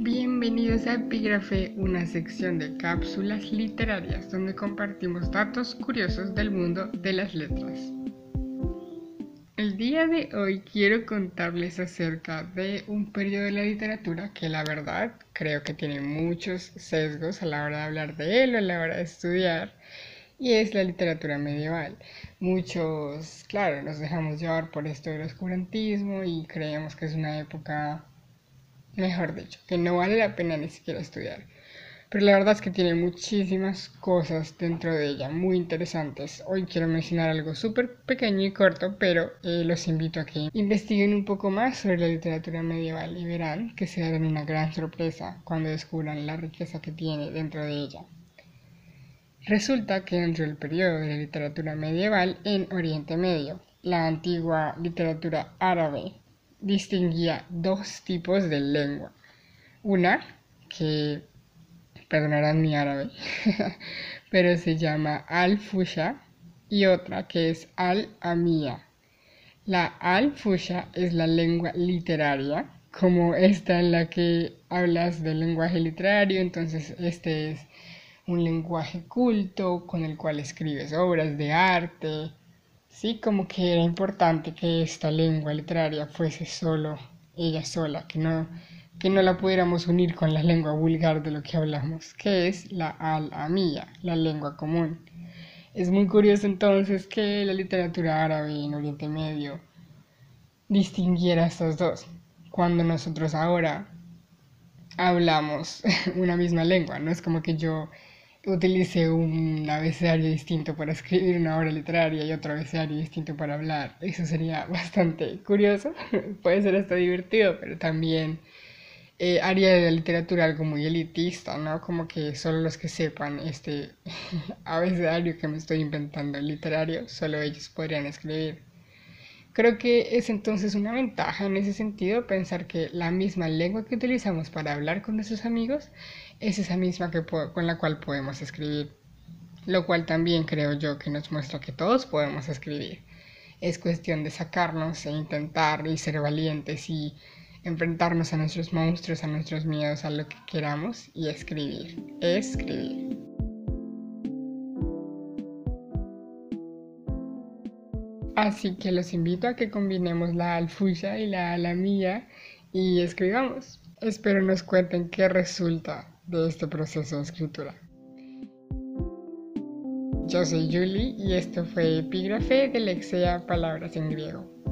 Bienvenidos a Epígrafe, una sección de cápsulas literarias donde compartimos datos curiosos del mundo de las letras. El día de hoy quiero contarles acerca de un periodo de la literatura que la verdad creo que tiene muchos sesgos a la hora de hablar de él o a la hora de estudiar, y es la literatura medieval. Muchos, claro, nos dejamos llevar por esto del oscurantismo y creemos que es una época, mejor dicho, que no vale la pena ni siquiera estudiar. Pero la verdad es que tiene muchísimas cosas dentro de ella muy interesantes. Hoy quiero mencionar algo súper pequeño y corto, pero los invito a que investiguen un poco más sobre la literatura medieval y verán que se darán una gran sorpresa cuando descubran la riqueza que tiene dentro de ella. Resulta que dentro del periodo de la literatura medieval en Oriente Medio, la antigua literatura árabe distinguía dos tipos de lengua. Una que, perdonarán mi árabe, pero se llama al-Fusha, y otra que es al-Amía. La al-Fusha es la lengua literaria, como esta en la que hablas del lenguaje literario, entonces este es un lenguaje culto con el cual escribes obras de arte. Sí, como que era importante que esta lengua literaria fuese solo ella sola, que no la pudiéramos unir con la lengua vulgar de lo que hablamos, que es la al-amía, la lengua común. Es muy curioso entonces que la literatura árabe en Oriente Medio distinguiera estos dos, cuando nosotros ahora hablamos una misma lengua. No es como que yo utilice un abecedario distinto para escribir una obra literaria y otro abecedario distinto para hablar. Eso sería bastante curioso, puede ser hasta divertido, pero también haría de la literatura algo muy elitista, ¿no? Como que solo los que sepan este abecedario que me estoy inventando literario, solo ellos podrían escribir. Creo que es entonces una ventaja en ese sentido pensar que la misma lengua que utilizamos para hablar con nuestros amigos es esa misma con la cual podemos escribir, lo cual también creo yo que nos muestra que todos podemos escribir. Es cuestión de sacarnos e intentar y ser valientes y enfrentarnos a nuestros monstruos, a nuestros miedos, a lo que queramos y escribir, escribir. Así que los invito a que combinemos la alfuya y la alamía y escribamos. Espero nos cuenten qué resulta de este proceso de escritura. Yo soy Julie y esto fue Epígrafe de Lexea Palabras en Griego.